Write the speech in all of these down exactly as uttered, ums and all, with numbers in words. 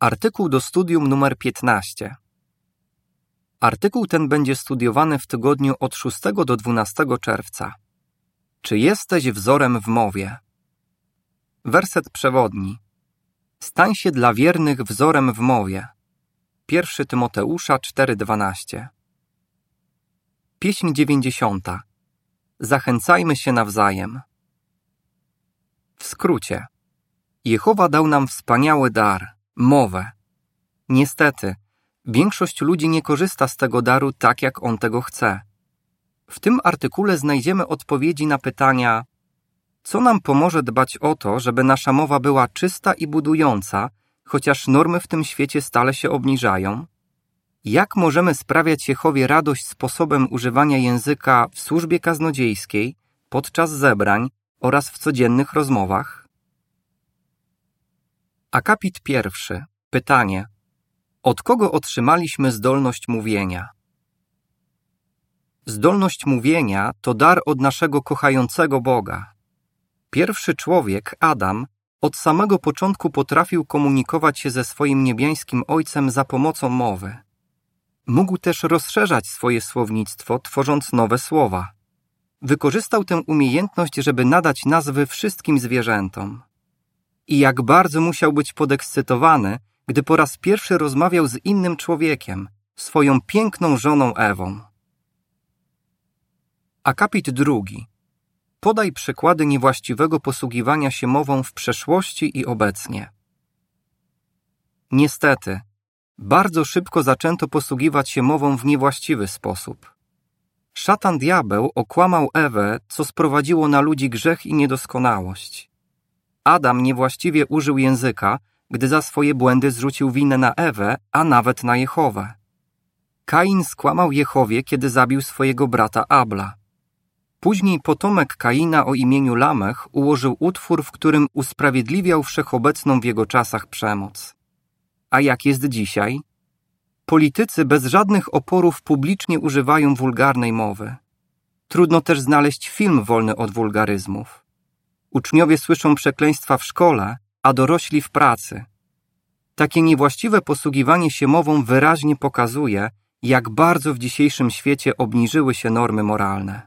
Artykuł do studium numer piętnaście. Artykuł ten będzie studiowany w tygodniu od szóstego do dwunastego czerwca. Czy jesteś wzorem w mowie? Werset przewodni. Stań się dla wiernych wzorem w mowie. Pierwszy Tymoteusza cztery dwanaście. Pieśń dziewięćdziesiąta. Zachęcajmy się nawzajem. W skrócie. Jehowa dał nam wspaniały dar, mowę. Niestety, większość ludzi nie korzysta z tego daru tak, jak on tego chce. W tym artykule znajdziemy odpowiedzi na pytania: co nam pomoże dbać o to, żeby nasza mowa była czysta i budująca, chociaż normy w tym świecie stale się obniżają? Jak możemy sprawiać Jehowie radość sposobem używania języka w służbie kaznodziejskiej, podczas zebrań oraz w codziennych rozmowach? Akapit pierwszy. Pytanie. Od kogo otrzymaliśmy zdolność mówienia? Zdolność mówienia to dar od naszego kochającego Boga. Pierwszy człowiek, Adam, od samego początku potrafił komunikować się ze swoim niebiańskim Ojcem za pomocą mowy. Mógł też rozszerzać swoje słownictwo, tworząc nowe słowa. Wykorzystał tę umiejętność, żeby nadać nazwy wszystkim zwierzętom. I jak bardzo musiał być podekscytowany, gdy po raz pierwszy rozmawiał z innym człowiekiem, swoją piękną żoną Ewą. Akapit drugi. Podaj przykłady niewłaściwego posługiwania się mową w przeszłości i obecnie. Niestety, bardzo szybko zaczęto posługiwać się mową w niewłaściwy sposób. Szatan diabeł okłamał Ewę, co sprowadziło na ludzi grzech i niedoskonałość. Adam niewłaściwie użył języka, gdy za swoje błędy zrzucił winę na Ewę, a nawet na Jehowę. Kain skłamał Jehowie, kiedy zabił swojego brata Abla. Później potomek Kaina o imieniu Lamech ułożył utwór, w którym usprawiedliwiał wszechobecną w jego czasach przemoc. A jak jest dzisiaj? Politycy bez żadnych oporów publicznie używają wulgarnej mowy. Trudno też znaleźć film wolny od wulgaryzmów. Uczniowie słyszą przekleństwa w szkole, a dorośli w pracy. Takie niewłaściwe posługiwanie się mową wyraźnie pokazuje, jak bardzo w dzisiejszym świecie obniżyły się normy moralne.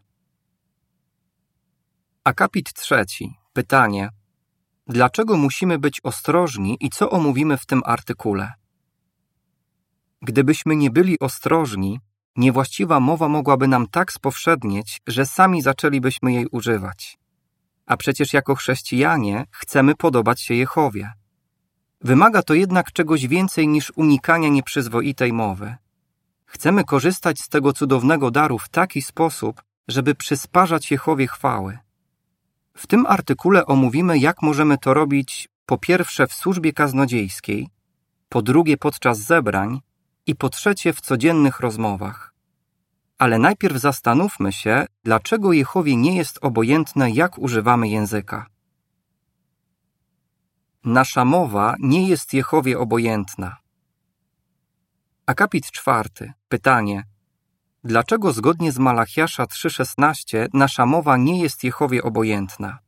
Akapit trzeci. Pytanie. Dlaczego musimy być ostrożni i co omówimy w tym artykule? Gdybyśmy nie byli ostrożni, niewłaściwa mowa mogłaby nam tak spowszednieć, że sami zaczęlibyśmy jej używać. A przecież jako chrześcijanie chcemy podobać się Jehowie. Wymaga to jednak czegoś więcej niż unikania nieprzyzwoitej mowy. Chcemy korzystać z tego cudownego daru w taki sposób, żeby przysparzać Jehowie chwały. W tym artykule omówimy, jak możemy to robić po pierwsze w służbie kaznodziejskiej, po drugie podczas zebrań i po trzecie w codziennych rozmowach. Ale najpierw zastanówmy się, dlaczego Jehowie nie jest obojętne, jak używamy języka. Nasza mowa nie jest Jehowie obojętna. Akapit czwarty. Pytanie. Dlaczego zgodnie z Malachiasza trzy szesnaście nasza mowa nie jest Jehowie obojętna?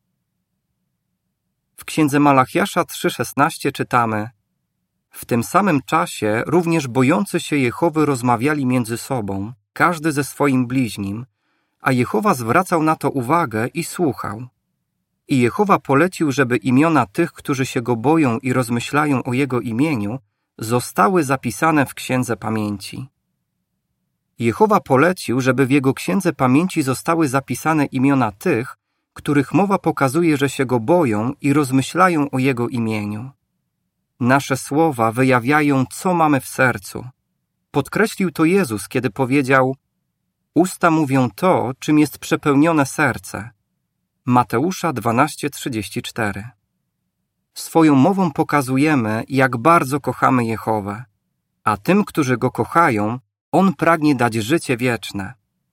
W księdze Malachiasza trzy szesnaście czytamy: w tym samym czasie również bojący się Jehowy rozmawiali między sobą, każdy ze swoim bliźnim, a Jehowa zwracał na to uwagę i słuchał. I Jehowa polecił, żeby imiona tych, którzy się Go boją i rozmyślają o Jego imieniu, zostały zapisane w Księdze Pamięci. Jehowa polecił, żeby w Jego Księdze Pamięci zostały zapisane imiona tych, których mowa pokazuje, że się Go boją i rozmyślają o Jego imieniu. Nasze słowa wyjawiają, co mamy w sercu. Podkreślił to Jezus, kiedy powiedział: usta mówią to, czym jest przepełnione serce. Mateusza dwanaście trzydzieści cztery. Swoją mową pokazujemy, jak bardzo kochamy Jehowę, a tym, którzy Go kochają, On pragnie dać życie wieczne.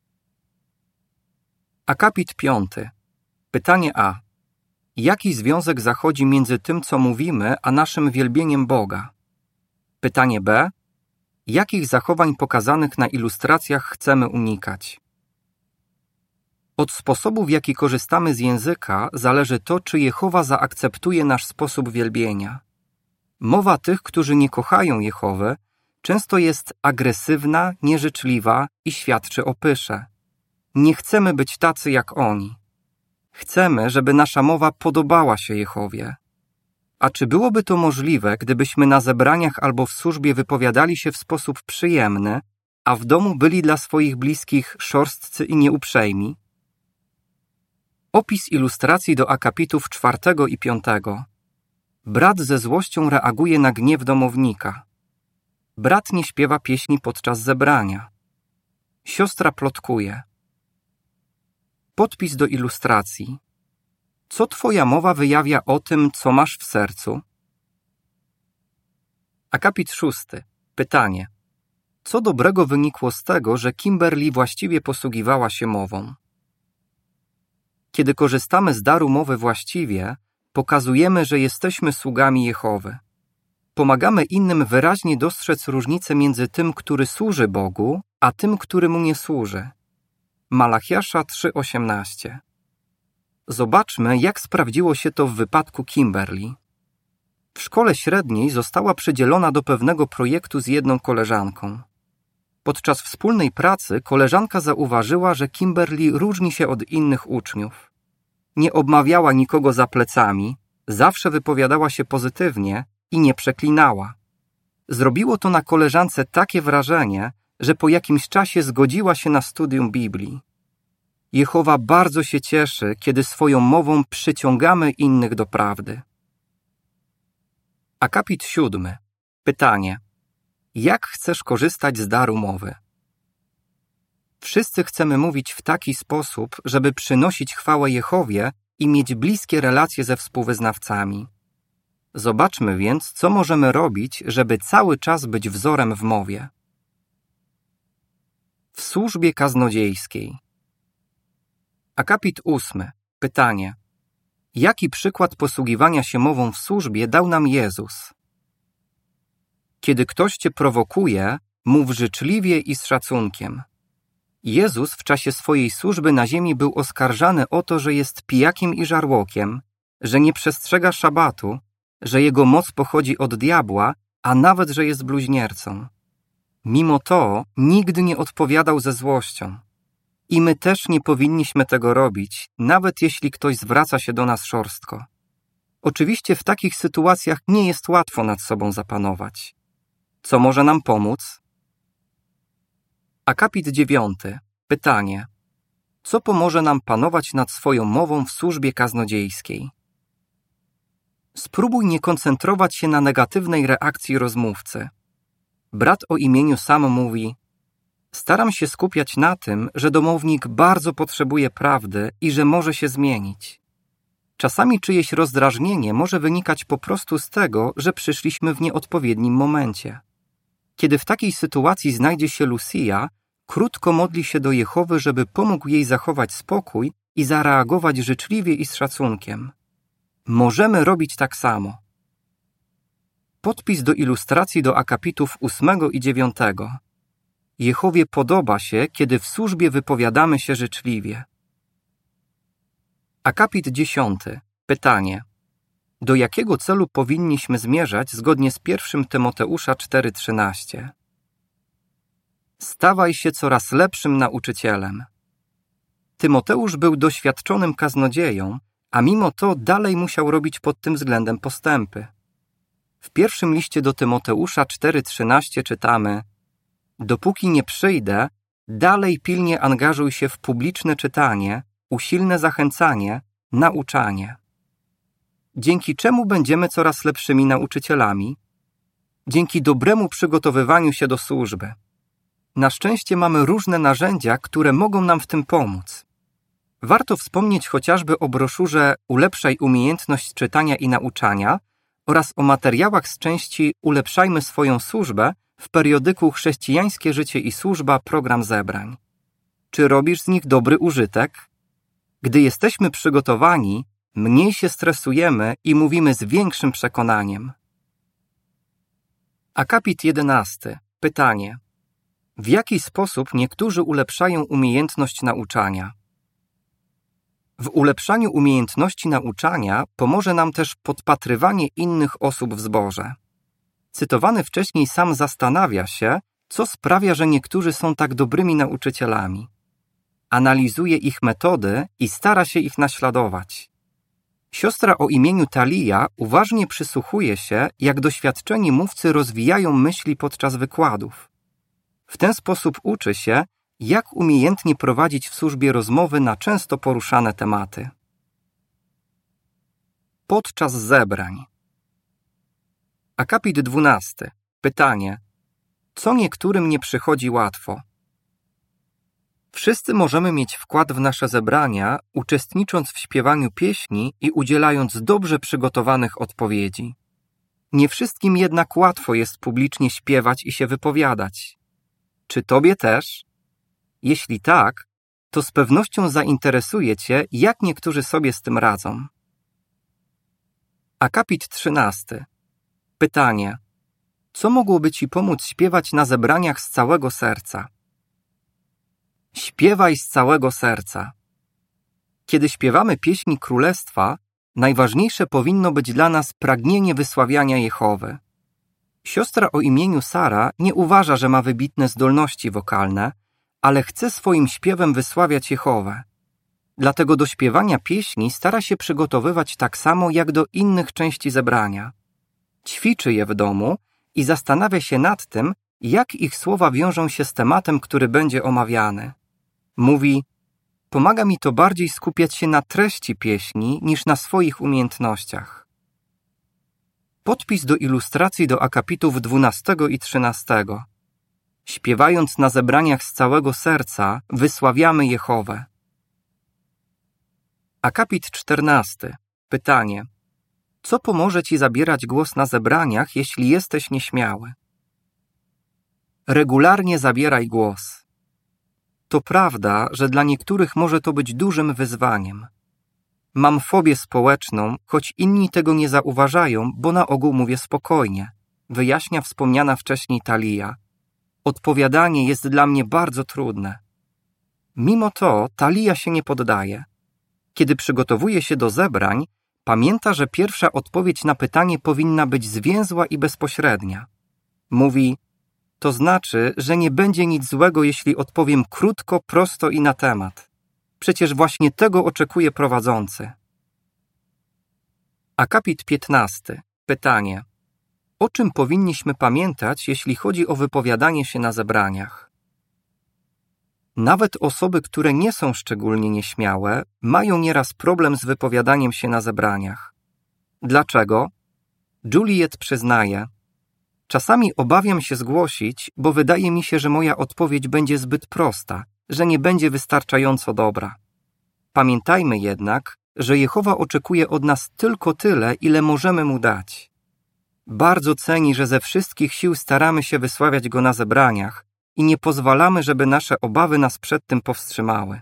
Akapit piąty. Pytanie A. Jaki związek zachodzi między tym, co mówimy, a naszym wielbieniem Boga? Pytanie B. Jakich zachowań pokazanych na ilustracjach chcemy unikać? Od sposobu, w jaki korzystamy z języka, zależy to, czy Jehowa zaakceptuje nasz sposób wielbienia. Mowa tych, którzy nie kochają Jehowy, często jest agresywna, nieżyczliwa i świadczy o pysze. Nie chcemy być tacy jak oni. Chcemy, żeby nasza mowa podobała się Jehowie. A czy byłoby to możliwe, gdybyśmy na zebraniach albo w służbie wypowiadali się w sposób przyjemny, a w domu byli dla swoich bliskich szorstcy i nieuprzejmi? Opis ilustracji do akapitów czwartego i piątego. Brat ze złością reaguje na gniew domownika. Brat nie śpiewa pieśni podczas zebrania. Siostra plotkuje. Podpis do ilustracji. Co twoja mowa wyjawia o tym, co masz w sercu? Akapit szósty. Pytanie. Co dobrego wynikło z tego, że Kimberly właściwie posługiwała się mową? Kiedy korzystamy z daru mowy właściwie, pokazujemy, że jesteśmy sługami Jehowy. Pomagamy innym wyraźnie dostrzec różnicę między tym, który służy Bogu, a tym, który mu nie służy. Malachiasza trzy osiemnaście. Zobaczmy, jak sprawdziło się to w wypadku Kimberly. W szkole średniej została przydzielona do pewnego projektu z jedną koleżanką. Podczas wspólnej pracy koleżanka zauważyła, że Kimberly różni się od innych uczniów. Nie obmawiała nikogo za plecami, zawsze wypowiadała się pozytywnie i nie przeklinała. Zrobiło to na koleżance takie wrażenie, że po jakimś czasie zgodziła się na studium Biblii. Jehowa bardzo się cieszy, kiedy swoją mową przyciągamy innych do prawdy. Akapit siódmy. Pytanie. Jak chcesz korzystać z daru mowy? Wszyscy chcemy mówić w taki sposób, żeby przynosić chwałę Jehowie i mieć bliskie relacje ze współwyznawcami. Zobaczmy więc, co możemy robić, żeby cały czas być wzorem w mowie. W służbie kaznodziejskiej. Akapit ósmy. Pytanie. Jaki przykład posługiwania się mową w służbie dał nam Jezus? Kiedy ktoś cię prowokuje, mów życzliwie i z szacunkiem. Jezus w czasie swojej służby na ziemi był oskarżany o to, że jest pijakiem i żarłokiem, że nie przestrzega szabatu, że jego moc pochodzi od diabła, a nawet, że jest bluźniercą. Mimo to nigdy nie odpowiadał ze złością. I my też nie powinniśmy tego robić, nawet jeśli ktoś zwraca się do nas szorstko. Oczywiście w takich sytuacjach nie jest łatwo nad sobą zapanować. Co może nam pomóc? Akapit dziewiąty. Pytanie. Co pomoże nam panować nad swoją mową w służbie kaznodziejskiej? Spróbuj nie koncentrować się na negatywnej reakcji rozmówcy. Brat o imieniu Sam mówi: staram się skupiać na tym, że domownik bardzo potrzebuje prawdy i że może się zmienić. Czasami czyjeś rozdrażnienie może wynikać po prostu z tego, że przyszliśmy w nieodpowiednim momencie. Kiedy w takiej sytuacji znajdzie się Lucia, krótko modli się do Jehowy, żeby pomógł jej zachować spokój i zareagować życzliwie i z szacunkiem. Możemy robić tak samo. Podpis do ilustracji do akapitów ósmego i dziewiątego. Jehowie podoba się, kiedy w służbie wypowiadamy się życzliwie. Akapit dziesiąty. Pytanie. Do jakiego celu powinniśmy zmierzać zgodnie z pierwszym Tymoteusza cztery trzynaście? Stawaj się coraz lepszym nauczycielem. Tymoteusz był doświadczonym kaznodzieją, a mimo to dalej musiał robić pod tym względem postępy. W pierwszym liście do Tymoteusza cztery trzynaście czytamy: dopóki nie przyjdę, dalej pilnie angażuj się w publiczne czytanie, usilne zachęcanie, nauczanie. Dzięki czemu będziemy coraz lepszymi nauczycielami? Dzięki dobremu przygotowywaniu się do służby. Na szczęście mamy różne narzędzia, które mogą nam w tym pomóc. Warto wspomnieć chociażby o broszurze Ulepszaj umiejętność czytania i nauczania oraz o materiałach z części Ulepszajmy swoją służbę w periodyku Chrześcijańskie życie i służba program zebrań. Czy robisz z nich dobry użytek? Gdy jesteśmy przygotowani, mniej się stresujemy i mówimy z większym przekonaniem. Akapit jedenasty. Pytanie. W jaki sposób niektórzy ulepszają umiejętność nauczania? W ulepszaniu umiejętności nauczania pomoże nam też podpatrywanie innych osób w zborze. Cytowany wcześniej sam zastanawia się, co sprawia, że niektórzy są tak dobrymi nauczycielami. Analizuje ich metody i stara się ich naśladować. Siostra o imieniu Talia uważnie przysłuchuje się, jak doświadczeni mówcy rozwijają myśli podczas wykładów. W ten sposób uczy się, jak umiejętnie prowadzić w służbie rozmowy na często poruszane tematy. Podczas zebrań. Akapit dwunasty. Pytanie. Co niektórym nie przychodzi łatwo? Wszyscy możemy mieć wkład w nasze zebrania, uczestnicząc w śpiewaniu pieśni i udzielając dobrze przygotowanych odpowiedzi. Nie wszystkim jednak łatwo jest publicznie śpiewać i się wypowiadać. Czy tobie też? Jeśli tak, to z pewnością zainteresuje cię, jak niektórzy sobie z tym radzą. Akapit trzynasty. Pytanie. Co mogłoby ci pomóc śpiewać na zebraniach z całego serca? Śpiewaj z całego serca. Kiedy śpiewamy pieśni królestwa, najważniejsze powinno być dla nas pragnienie wysławiania Jehowy. Siostra o imieniu Sara nie uważa, że ma wybitne zdolności wokalne, ale chce swoim śpiewem wysławiać Jehowę. Dlatego do śpiewania pieśni stara się przygotowywać tak samo jak do innych części zebrania. Ćwiczy je w domu i zastanawia się nad tym, jak ich słowa wiążą się z tematem, który będzie omawiany. Mówi, pomaga mi to bardziej skupiać się na treści pieśni niż na swoich umiejętnościach. Podpis do ilustracji do akapitów dwunastego i trzynastego. Śpiewając na zebraniach z całego serca, wysławiamy Jehowę. Akapit czternasty. Pytanie. Co pomoże ci zabierać głos na zebraniach, jeśli jesteś nieśmiały? Regularnie zabieraj głos. To prawda, że dla niektórych może to być dużym wyzwaniem. Mam fobię społeczną, choć inni tego nie zauważają, bo na ogół mówię spokojnie, wyjaśnia wspomniana wcześniej Talia. Odpowiadanie jest dla mnie bardzo trudne. Mimo to Talia się nie poddaje. Kiedy przygotowuje się do zebrań, pamięta, że pierwsza odpowiedź na pytanie powinna być zwięzła i bezpośrednia. Mówi, to znaczy, że nie będzie nic złego, jeśli odpowiem krótko, prosto i na temat. Przecież właśnie tego oczekuje prowadzący. Akapit piętnasty. Pytanie. O czym powinniśmy pamiętać, jeśli chodzi o wypowiadanie się na zebraniach? Nawet osoby, które nie są szczególnie nieśmiałe, mają nieraz problem z wypowiadaniem się na zebraniach. Dlaczego? Juliet przyznaje, czasami obawiam się zgłosić, bo wydaje mi się, że moja odpowiedź będzie zbyt prosta, że nie będzie wystarczająco dobra. Pamiętajmy jednak, że Jehowa oczekuje od nas tylko tyle, ile możemy Mu dać. Bardzo ceni, że ze wszystkich sił staramy się wysławiać Go na zebraniach i nie pozwalamy, żeby nasze obawy nas przed tym powstrzymały.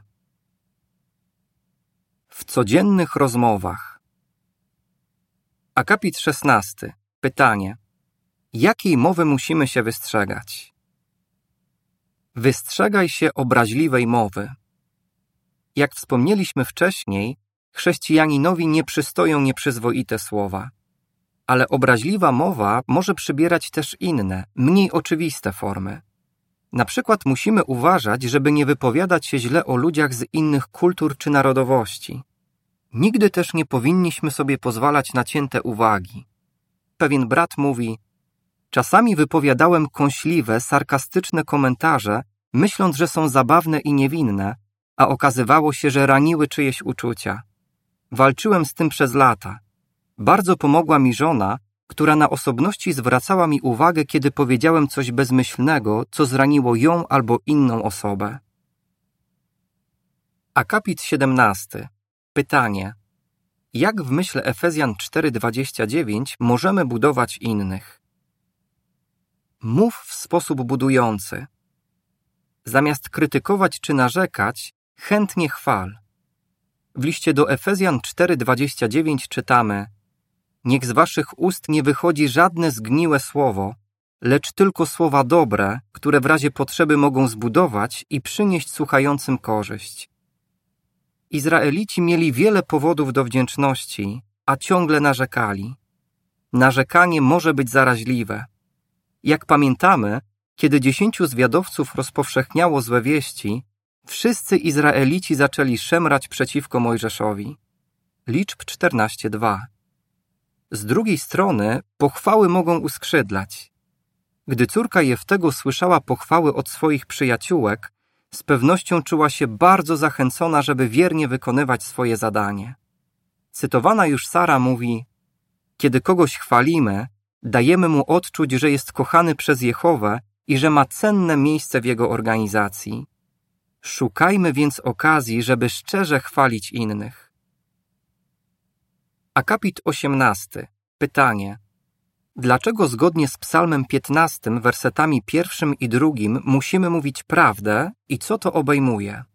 W codziennych rozmowach. Akapit szesnasty. Pytanie. Jakiej mowy musimy się wystrzegać? Wystrzegaj się obraźliwej mowy. Jak wspomnieliśmy wcześniej, chrześcijaninowi nie przystoją nieprzyzwoite słowa. Ale obraźliwa mowa może przybierać też inne, mniej oczywiste formy. Na przykład musimy uważać, żeby nie wypowiadać się źle o ludziach z innych kultur czy narodowości. Nigdy też nie powinniśmy sobie pozwalać na cięte uwagi. Pewien brat mówi, czasami wypowiadałem kąśliwe, sarkastyczne komentarze, myśląc, że są zabawne i niewinne, a okazywało się, że raniły czyjeś uczucia. Walczyłem z tym przez lata. Bardzo pomogła mi żona, która na osobności zwracała mi uwagę, kiedy powiedziałem coś bezmyślnego, co zraniło ją albo inną osobę. Akapit siedemnasty. Pytanie. Jak w myśl Efezjan cztery dwadzieścia dziewięć możemy budować innych? Mów w sposób budujący. Zamiast krytykować czy narzekać, chętnie chwal. W liście do Efezjan cztery dwadzieścia dziewięć czytamy: niech z waszych ust nie wychodzi żadne zgniłe słowo, lecz tylko słowa dobre, które w razie potrzeby mogą zbudować i przynieść słuchającym korzyść. Izraelici mieli wiele powodów do wdzięczności, a ciągle narzekali. Narzekanie może być zaraźliwe. Jak pamiętamy, kiedy dziesięciu zwiadowców rozpowszechniało złe wieści, wszyscy Izraelici zaczęli szemrać przeciwko Mojżeszowi. Liczb czternaście dwa. Z drugiej strony pochwały mogą uskrzydlać. Gdy córka Jeftego słyszała pochwały od swoich przyjaciółek, z pewnością czuła się bardzo zachęcona, żeby wiernie wykonywać swoje zadanie. Cytowana już Sara mówi: kiedy kogoś chwalimy, dajemy mu odczuć, że jest kochany przez Jehowę i że ma cenne miejsce w jego organizacji. Szukajmy więc okazji, żeby szczerze chwalić innych. Akapit osiemnasty. Pytanie. Dlaczego zgodnie z Psalmem piętnastym, wersetami pierwszym i drugim musimy mówić prawdę i co to obejmuje?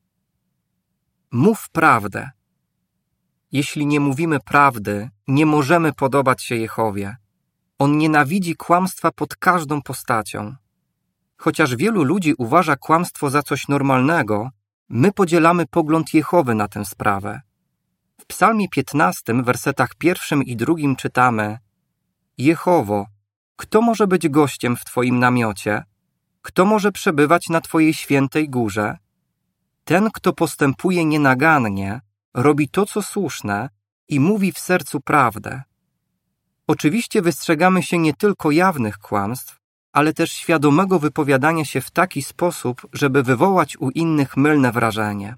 Mów prawdę. Jeśli nie mówimy prawdy, nie możemy podobać się Jehowie. On nienawidzi kłamstwa pod każdą postacią. Chociaż wielu ludzi uważa kłamstwo za coś normalnego, my podzielamy pogląd Jehowy na tę sprawę. W Psalmie piętnastym, wersetach pierwszym i drugim czytamy: Jehowo, kto może być gościem w Twoim namiocie? Kto może przebywać na Twojej świętej górze? Ten, kto postępuje nienagannie, robi to, co słuszne i mówi w sercu prawdę. Oczywiście wystrzegamy się nie tylko jawnych kłamstw, ale też świadomego wypowiadania się w taki sposób, żeby wywołać u innych mylne wrażenie.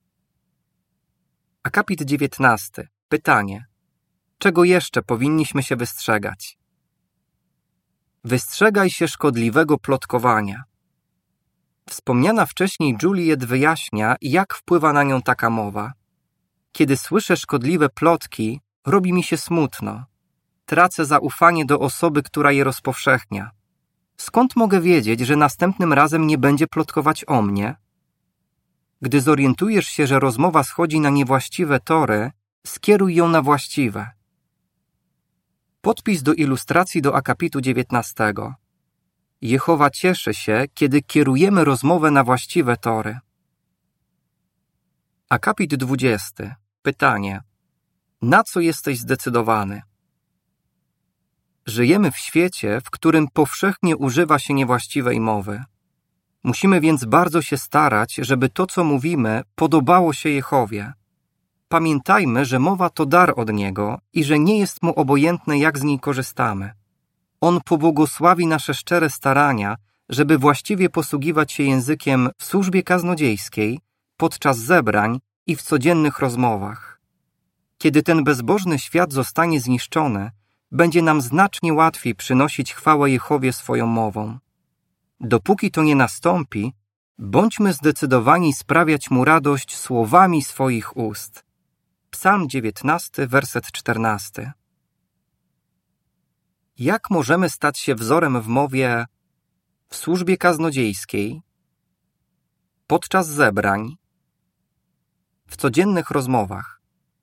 Akapit dziewiętnasty. Pytanie. Czego jeszcze powinniśmy się wystrzegać? Wystrzegaj się szkodliwego plotkowania. Wspomniana wcześniej Juliet wyjaśnia, jak wpływa na nią taka mowa. Kiedy słyszę szkodliwe plotki, robi mi się smutno. Tracę zaufanie do osoby, która je rozpowszechnia. Skąd mogę wiedzieć, że następnym razem nie będzie plotkować o mnie? Gdy zorientujesz się, że rozmowa schodzi na niewłaściwe tory, skieruj ją na właściwe. Podpis do ilustracji do akapitu dziewiętnastego. Jehowa cieszy się, kiedy kierujemy rozmowę na właściwe tory. Akapit dwudziesty. Pytanie. Na co jesteś zdecydowany? Żyjemy w świecie, w którym powszechnie używa się niewłaściwej mowy. Musimy więc bardzo się starać, żeby to, co mówimy, podobało się Jehowie. Pamiętajmy, że mowa to dar od Niego i że nie jest Mu obojętne, jak z niej korzystamy. On pobłogosławi nasze szczere starania, żeby właściwie posługiwać się językiem w służbie kaznodziejskiej, podczas zebrań i w codziennych rozmowach. Kiedy ten bezbożny świat zostanie zniszczony, będzie nam znacznie łatwiej przynosić chwałę Jehowie swoją mową. Dopóki to nie nastąpi, bądźmy zdecydowani sprawiać Mu radość słowami swoich ust. Psalm dziewiętnasty, werset czternasty. Jak możemy stać się wzorem w mowie w służbie kaznodziejskiej, podczas zebrań, w codziennych rozmowach?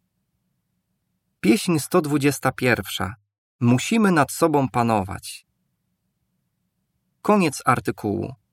Pieśń sto dwudziesta pierwsza. Musimy nad sobą panować. Koniec artykułu.